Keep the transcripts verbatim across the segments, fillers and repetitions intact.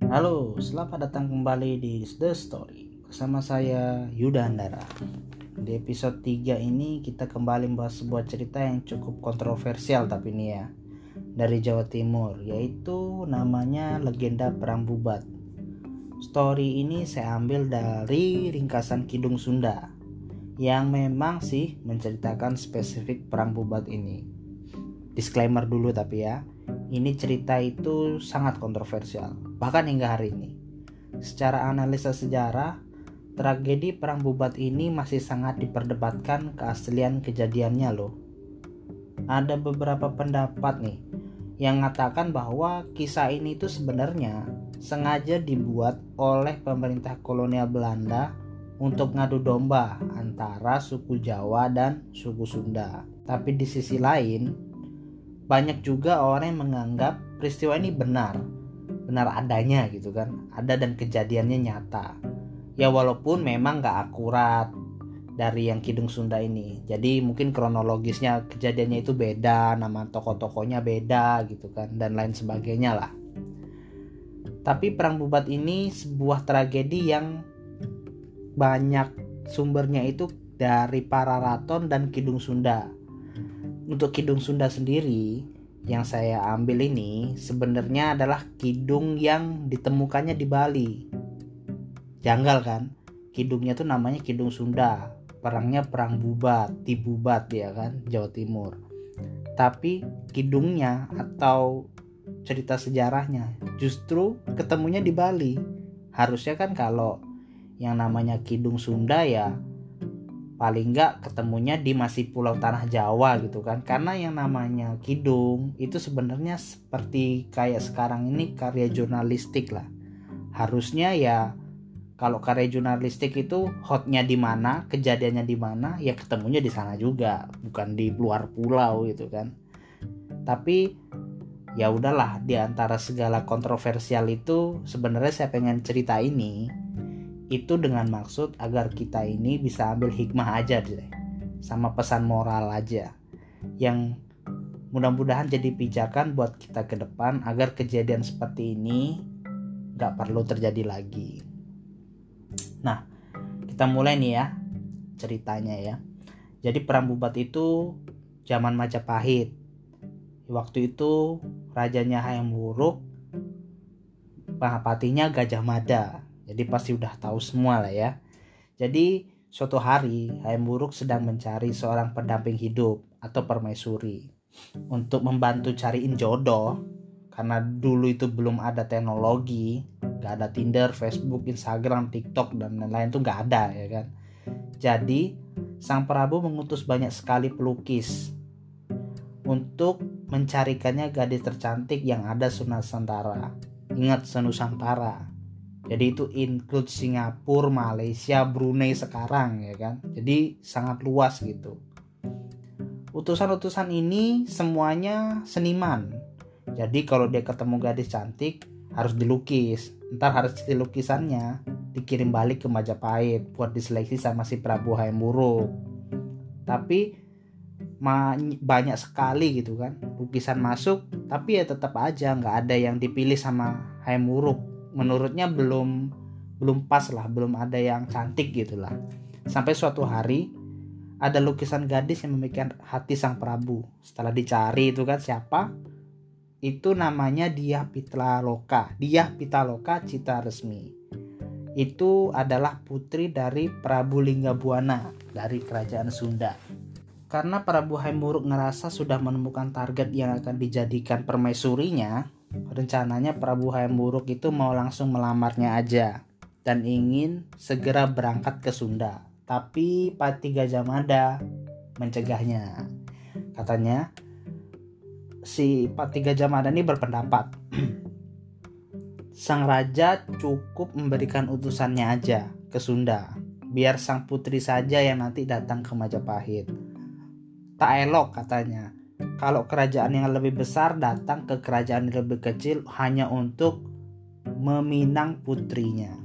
Halo, selamat datang kembali di The Story bersama saya Yuda Andara. Di episode tiga ini kita kembali membahas sebuah cerita yang cukup kontroversial tapi ini ya, dari Jawa Timur, yaitu namanya Legenda Perang Bubat. Story ini saya ambil dari ringkasan Kidung Sunda yang memang sih menceritakan spesifik Perang Bubat ini. Disclaimer dulu tapi ya, ini cerita itu sangat kontroversial, bahkan hingga hari ini. Secara analisa sejarah, tragedi Perang Bubat ini masih sangat diperdebatkan keaslian kejadiannya loh. Ada beberapa pendapat nih yang mengatakan bahwa kisah ini tuh sebenarnya sengaja dibuat oleh pemerintah kolonial Belanda untuk ngadu domba antara suku Jawa dan suku Sunda. Tapi di sisi lain, banyak juga orang yang menganggap peristiwa ini benar benar adanya gitu kan, ada dan kejadiannya nyata ya, walaupun memang gak akurat dari yang Kidung Sunda ini. Jadi mungkin kronologisnya kejadiannya itu beda, nama tokoh-tokohnya beda gitu kan, dan lain sebagainya lah. Tapi Perang Bubat ini sebuah tragedi yang banyak sumbernya itu dari para raton dan Kidung Sunda. Untuk Kidung Sunda sendiri yang saya ambil ini sebenarnya adalah kidung yang ditemukannya di Bali. Janggal kan? Kidungnya tuh namanya Kidung Sunda. Perangnya Perang Bubat, di Bubat ya kan, Jawa Timur. Tapi kidungnya atau cerita sejarahnya justru ketemunya di Bali. Harusnya kan kalau yang namanya Kidung Sunda ya paling enggak ketemunya di masih pulau tanah Jawa gitu kan, karena yang namanya kidung itu sebenarnya seperti kayak sekarang ini karya jurnalistik lah. Harusnya ya kalau karya jurnalistik itu hotnya di mana, kejadiannya di mana, ya ketemunya di sana juga, bukan di luar pulau gitu kan. Tapi ya udahlah, di antara segala kontroversial itu sebenarnya saya pengen cerita ini itu dengan maksud agar kita ini bisa ambil hikmah aja deh, sama pesan moral aja yang mudah-mudahan jadi pijakan buat kita ke depan agar kejadian seperti ini gak perlu terjadi lagi. Nah, kita mulai nih ya ceritanya ya. Jadi Perang Bubat itu zaman Majapahit. Waktu itu rajanya Hayam Wuruk, Mahapatinya Gajah Mada. Jadi pasti udah tahu semua lah ya. Jadi suatu hari Hayam Wuruk sedang mencari seorang pendamping hidup atau permaisuri untuk membantu cariin jodoh. Karena dulu itu belum ada teknologi, gak ada Tinder, Facebook, Instagram, TikTok dan lain-lain tuh gak ada ya kan. Jadi Sang Prabu mengutus banyak sekali pelukis untuk mencarikannya gadis tercantik yang ada senusantara. Ingat, senusantara. Jadi itu include Singapura, Malaysia, Brunei sekarang ya kan. Jadi sangat luas gitu. Utusan-utusan ini semuanya seniman. Jadi kalau dia ketemu gadis cantik harus dilukis. Ntar harus lukisannya dikirim balik ke Majapahit buat diseleksi sama si Prabu Hayam Wuruk. Tapi ma- banyak sekali gitu kan lukisan masuk, tapi ya tetap aja nggak ada yang dipilih sama Hayam Wuruk. Menurutnya belum belum pas lah, belum ada yang cantik gitulah. Sampai suatu hari ada lukisan gadis yang memikat hati Sang Prabu. Setelah dicari itu kan siapa? Itu namanya Dyah Pitaloka. Dyah Pitaloka Cita Resmi. Itu adalah putri dari Prabu Linggabuana dari kerajaan Sunda. Karena Prabu Hayam Wuruk ngerasa sudah menemukan target yang akan dijadikan permaisurinya, rencananya Prabu Hayam Wuruk itu mau langsung melamarnya aja dan ingin segera berangkat ke Sunda. Tapi Pati Gajah Mada mencegahnya. Katanya si Pati Gajah Mada ini berpendapat sang raja cukup memberikan utusannya aja ke Sunda, biar sang putri saja yang nanti datang ke Majapahit. Tak elok katanya kalau kerajaan yang lebih besar datang ke kerajaan yang lebih kecil hanya untuk meminang putrinya.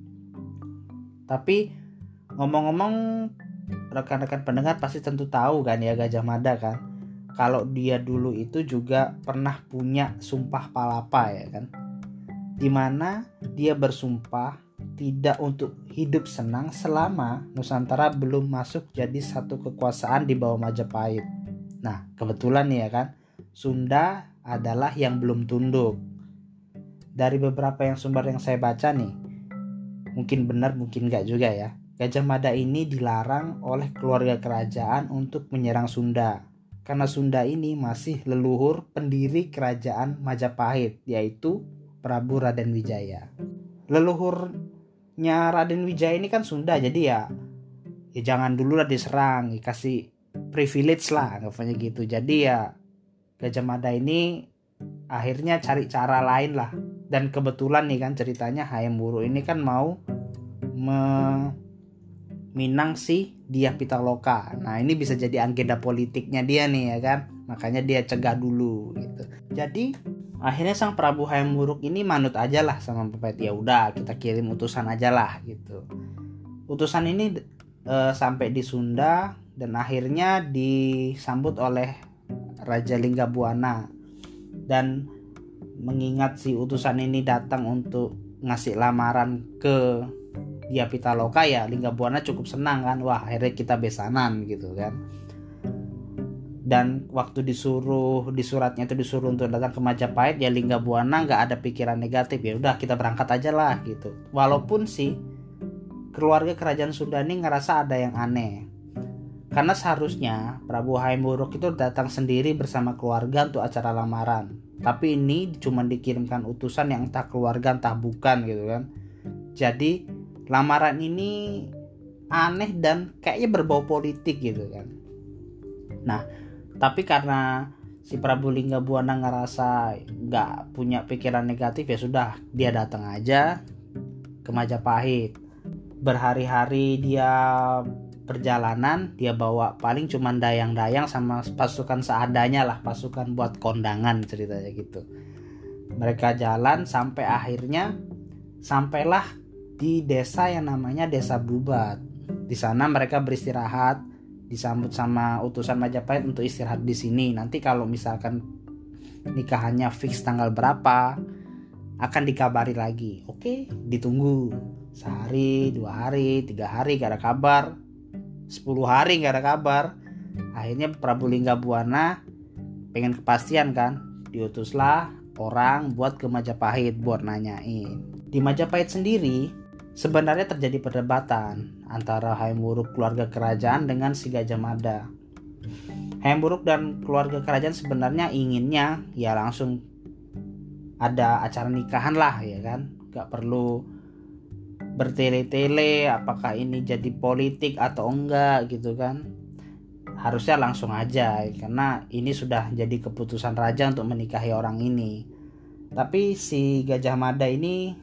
Tapi ngomong-ngomong, rekan-rekan pendengar pasti tentu tahu kan ya Gajah Mada kan, kalau dia dulu itu juga pernah punya sumpah palapa ya kan. di mana dia bersumpah tidak untuk hidup senang selama Nusantara belum masuk jadi satu kekuasaan di bawah Majapahit. Nah, kebetulan nih ya kan, Sunda adalah yang belum tunduk. Dari beberapa yang sumber yang saya baca nih, mungkin benar mungkin enggak juga ya, Gajah Mada ini dilarang oleh keluarga kerajaan untuk menyerang Sunda. Karena Sunda ini masih leluhur pendiri kerajaan Majapahit, yaitu Prabu Raden Wijaya. Leluhurnya Raden Wijaya ini kan Sunda, jadi ya ya jangan dulu lah diserang, kasih privilege lah anggapannya gitu. Jadi ya Gajah Mada ini akhirnya cari cara lain lah. Dan kebetulan nih kan ceritanya Hayam Wuruk ini kan mau meminang si Dyah Pitaloka. Nah ini bisa jadi agenda politiknya dia nih ya kan, makanya dia cegah dulu gitu. Jadi akhirnya sang Prabu Hayam Wuruk ini manut aja lah sama Majapahit. Ya udah kita kirim utusan aja lah gitu. Utusan ini e, sampai di Sunda dan akhirnya disambut oleh Raja Linggabuana. Dan mengingat si utusan ini datang untuk ngasih lamaran ke Dyah Pitaloka, ya Linggabuana cukup senang kan. Wah akhirnya kita besanan gitu kan. Dan waktu disuruh di suratnya itu disuruh untuk datang ke Majapahit, ya Linggabuana nggak ada pikiran negatif, ya udah kita berangkat aja lah gitu. Walaupun sih keluarga kerajaan Sunda ini ngerasa ada yang aneh, karena seharusnya Prabu Hayam Wuruk itu datang sendiri bersama keluarga untuk acara lamaran, tapi ini cuma dikirimkan utusan yang entah keluarga entah bukan gitu kan. Jadi lamaran ini aneh dan kayaknya berbau politik gitu kan. Nah tapi karena si Prabu Linggabuana ngerasa gak punya pikiran negatif, ya sudah dia datang aja ke Majapahit. Berhari-hari dia perjalanan, dia bawa paling cuman dayang-dayang sama pasukan seadanya lah, pasukan buat kondangan ceritanya gitu. Mereka jalan sampai akhirnya sampailah di desa yang namanya Desa Bubat. Di sana mereka beristirahat, disambut sama utusan Majapahit untuk istirahat di sini. Nanti kalau misalkan nikahannya fix tanggal berapa akan dikabari lagi. Oke, ditunggu sehari, dua hari, tiga hari gak ada kabar, sepuluh hari gak ada kabar. Akhirnya Prabu Linggabuana pengen kepastian kan, diutuslah orang buat ke Majapahit buat nanyain. Di Majapahit sendiri sebenarnya terjadi perdebatan antara Hayam Wuruk keluarga kerajaan dengan si Gajah Mada. Hayam Wuruk dan keluarga kerajaan sebenarnya inginnya ya langsung ada acara nikahan lah ya kan, gak perlu bertele-tele apakah ini jadi politik atau enggak gitu kan. Harusnya langsung aja karena ini sudah jadi keputusan raja untuk menikahi orang ini. Tapi si Gajah Mada ini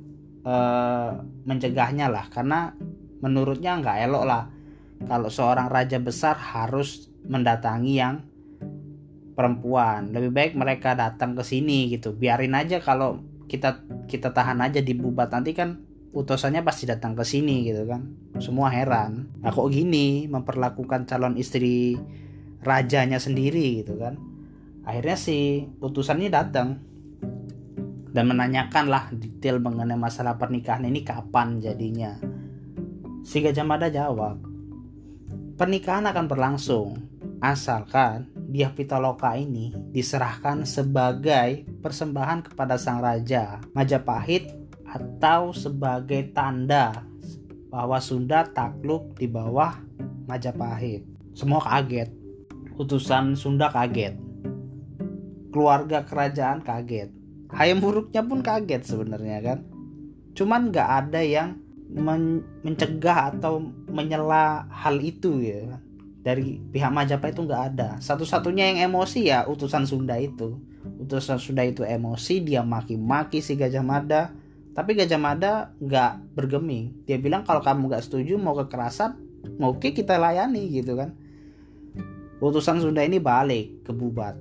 uh, mencegahnya lah, karena menurutnya nggak elok lah kalau seorang raja besar harus mendatangi yang perempuan. Lebih baik mereka datang ke sini gitu. Biarin aja kalau kita kita tahan aja di Bubat, nanti kan utusannya pasti datang ke sini gitu kan. Semua heran, nah kok gini memperlakukan calon istri rajanya sendiri gitu kan. Akhirnya si utusan ini datang dan menanyakan lah detail mengenai masalah pernikahan ini kapan jadinya. Si Gajah Mada jawab, pernikahan akan berlangsung asalkan Dyah Pitaloka ini diserahkan sebagai persembahan kepada sang raja Majapahit atau sebagai tanda bahwa Sunda takluk di bawah Majapahit. Semua kaget, utusan Sunda kaget, keluarga kerajaan kaget, Hayam Wuruknya pun kaget sebenarnya kan. Cuman gak ada yang men- mencegah atau menyela hal itu ya. Dari pihak Majapahit itu gak ada. Satu-satunya yang emosi ya utusan Sunda itu. Utusan Sunda itu emosi, dia maki-maki si Gajah Mada. Tapi Gajah Mada gak bergeming. Dia bilang kalau kamu gak setuju mau kekerasan, oke kita layani gitu kan. Utusan Sunda ini balik ke Bubat.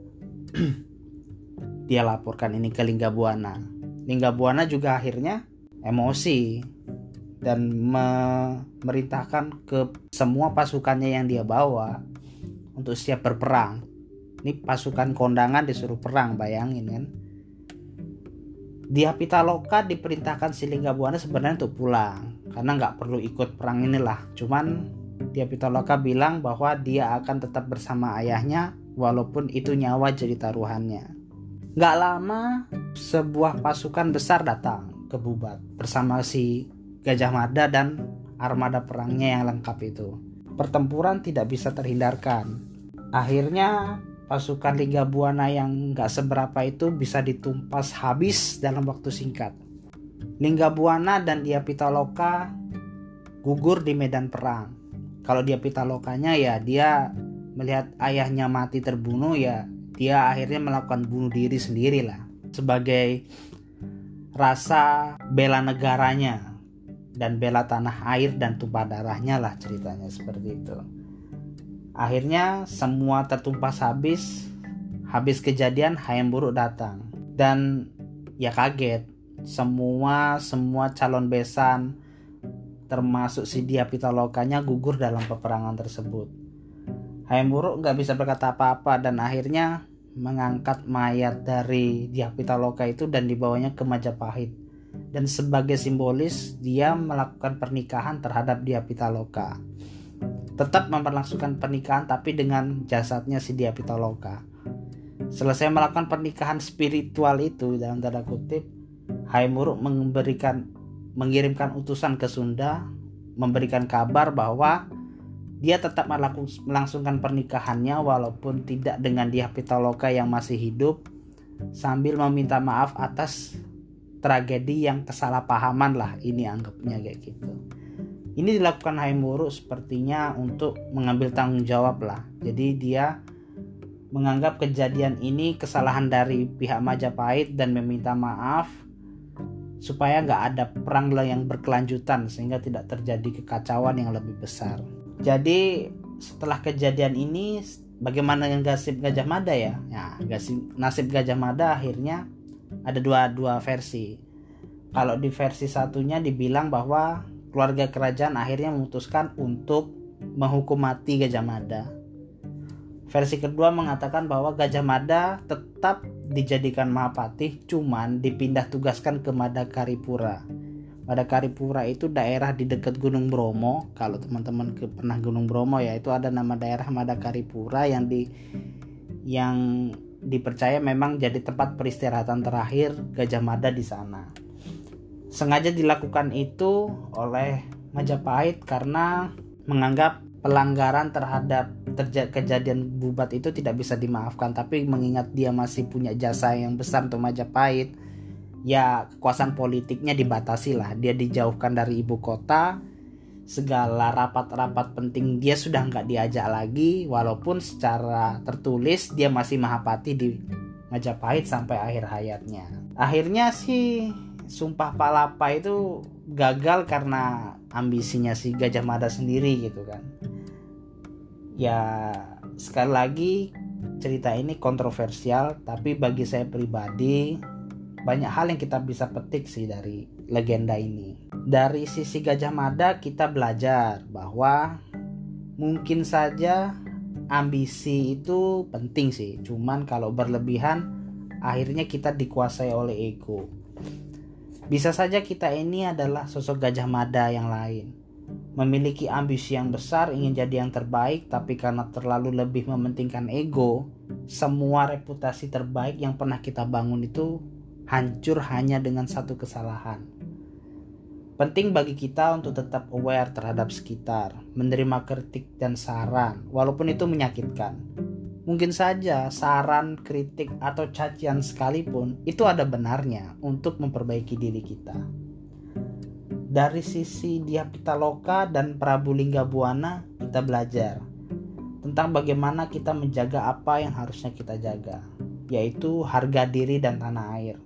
Dia laporkan ini ke Linggabuana. Linggabuana juga akhirnya emosi dan memerintahkan ke semua pasukannya yang dia bawa untuk siap berperang. Ini pasukan kondangan disuruh perang, bayangin kan. Dia Pitaloka diperintahkan si Linggabuana sebenarnya untuk pulang karena nggak perlu ikut perang inilah. Cuman Dia Pitaloka bilang bahwa dia akan tetap bersama ayahnya walaupun itu nyawa jadi taruhannya. Nggak lama sebuah pasukan besar datang ke Bubat bersama si Gajah Mada dan armada perangnya yang lengkap itu. Pertempuran tidak bisa terhindarkan. Akhirnya pasukan Linggabuana yang gak seberapa itu bisa ditumpas habis dalam waktu singkat. Linggabuana dan Dia Pitaloka gugur di medan perang. Kalau Dia Pitalokanya ya dia melihat ayahnya mati terbunuh, ya dia akhirnya melakukan bunuh diri sendiri lah sebagai rasa bela negaranya dan bela tanah air dan tumpah darahnya lah, ceritanya seperti itu. Akhirnya semua tertumpas habis. Habis kejadian Hayam Wuruk datang dan ya kaget. Semua semua calon besan termasuk si Dia Pitalokanya gugur dalam peperangan tersebut. Hayam Wuruk gak bisa berkata apa-apa dan akhirnya mengangkat mayat dari Dia Pitaloka itu dan dibawanya ke Majapahit. Dan sebagai simbolis dia melakukan pernikahan terhadap Dia Pitaloka. Tetap memperlangsungkan pernikahan tapi dengan jasadnya si Dia Pitaloka. Selesai melakukan pernikahan spiritual itu dalam tanda kutip, Hayam Wuruk memberikan mengirimkan utusan ke Sunda memberikan kabar bahwa dia tetap melangsungkan pernikahannya walaupun tidak dengan Dia Pitaloka yang masih hidup, sambil meminta maaf atas tragedi yang kesalahpahaman lah, ini anggapnya kayak gitu. Ini dilakukan Hayam Wuruk sepertinya untuk mengambil tanggung jawab lah. Jadi dia menganggap kejadian ini kesalahan dari pihak Majapahit dan meminta maaf supaya nggak ada perang yang berkelanjutan sehingga tidak terjadi kekacauan yang lebih besar. Jadi setelah kejadian ini bagaimana dengan nasib Gajah Mada ya? Ya, nasib Gajah Mada akhirnya ada dua dua versi. Kalau di versi satunya dibilang bahwa keluarga kerajaan akhirnya memutuskan untuk menghukum mati Gajah Mada. Versi kedua mengatakan bahwa Gajah Mada tetap dijadikan Mahapatih, cuman dipindah tugaskan ke Madakaripura. Madakaripura itu daerah di dekat Gunung Bromo. Kalau teman-teman ke, pernah Gunung Bromo ya, itu ada nama daerah Madakaripura yang di yang dipercaya memang jadi tempat peristirahatan terakhir Gajah Mada di sana. Sengaja dilakukan itu oleh Majapahit karena menganggap pelanggaran terhadap terja- kejadian Bubat itu tidak bisa dimaafkan, tapi mengingat dia masih punya jasa yang besar untuk Majapahit, ya kekuasaan politiknya dibatasi lah. Dia dijauhkan dari ibu kota, segala rapat-rapat penting dia sudah nggak diajak lagi, walaupun secara tertulis dia masih Mahapati di Majapahit sampai akhir hayatnya. Akhirnya sih Sumpah Palapa itu gagal karena ambisinya si Gajah Mada sendiri gitu kan. Ya sekali lagi cerita ini kontroversial, tapi bagi saya pribadi banyak hal yang kita bisa petik sih dari legenda ini. Dari sisi Gajah Mada kita belajar bahwa mungkin saja ambisi itu penting sih, cuman kalau berlebihan akhirnya kita dikuasai oleh ego. Bisa saja kita ini adalah sosok Gajah Mada yang lain, memiliki ambisi yang besar, ingin jadi yang terbaik, tapi karena terlalu lebih mementingkan ego, semua reputasi terbaik yang pernah kita bangun itu hancur hanya dengan satu kesalahan. Penting bagi kita untuk tetap aware terhadap sekitar, menerima kritik dan saran, walaupun itu menyakitkan. Mungkin saja saran, kritik, atau cacian sekalipun itu ada benarnya untuk memperbaiki diri kita. Dari sisi Dia Pitaloka dan Prabu Linggabuana kita belajar tentang bagaimana kita menjaga apa yang harusnya kita jaga, yaitu harga diri dan tanah air.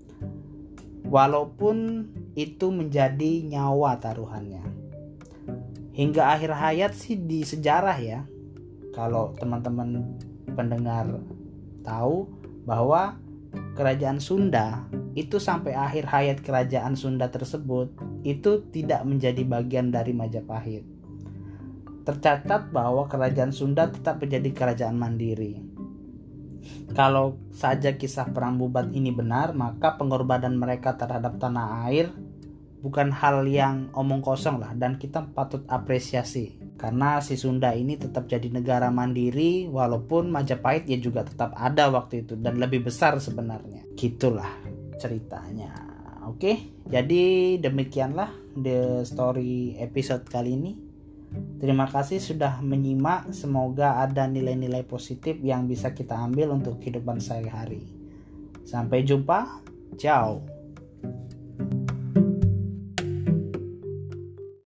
Walaupun itu menjadi nyawa taruhannya. Hingga akhir hayat sih di sejarah ya, kalau teman-teman pendengar tahu bahwa kerajaan Sunda itu sampai akhir hayat kerajaan Sunda tersebut itu tidak menjadi bagian dari Majapahit. Tercatat bahwa kerajaan Sunda tetap menjadi kerajaan mandiri. Kalau saja kisah perang Bubat ini benar, maka pengorbanan mereka terhadap tanah air bukan hal yang omong kosong lah, dan kita patut apresiasi. Karena si Sunda ini tetap jadi negara mandiri, walaupun Majapahit ya juga tetap ada waktu itu dan lebih besar sebenarnya. Gitulah ceritanya. Oke, jadi demikianlah the story episode kali ini. Terima kasih sudah menyimak. Semoga ada nilai-nilai positif yang bisa kita ambil untuk kehidupan sehari-hari. Sampai jumpa. Ciao.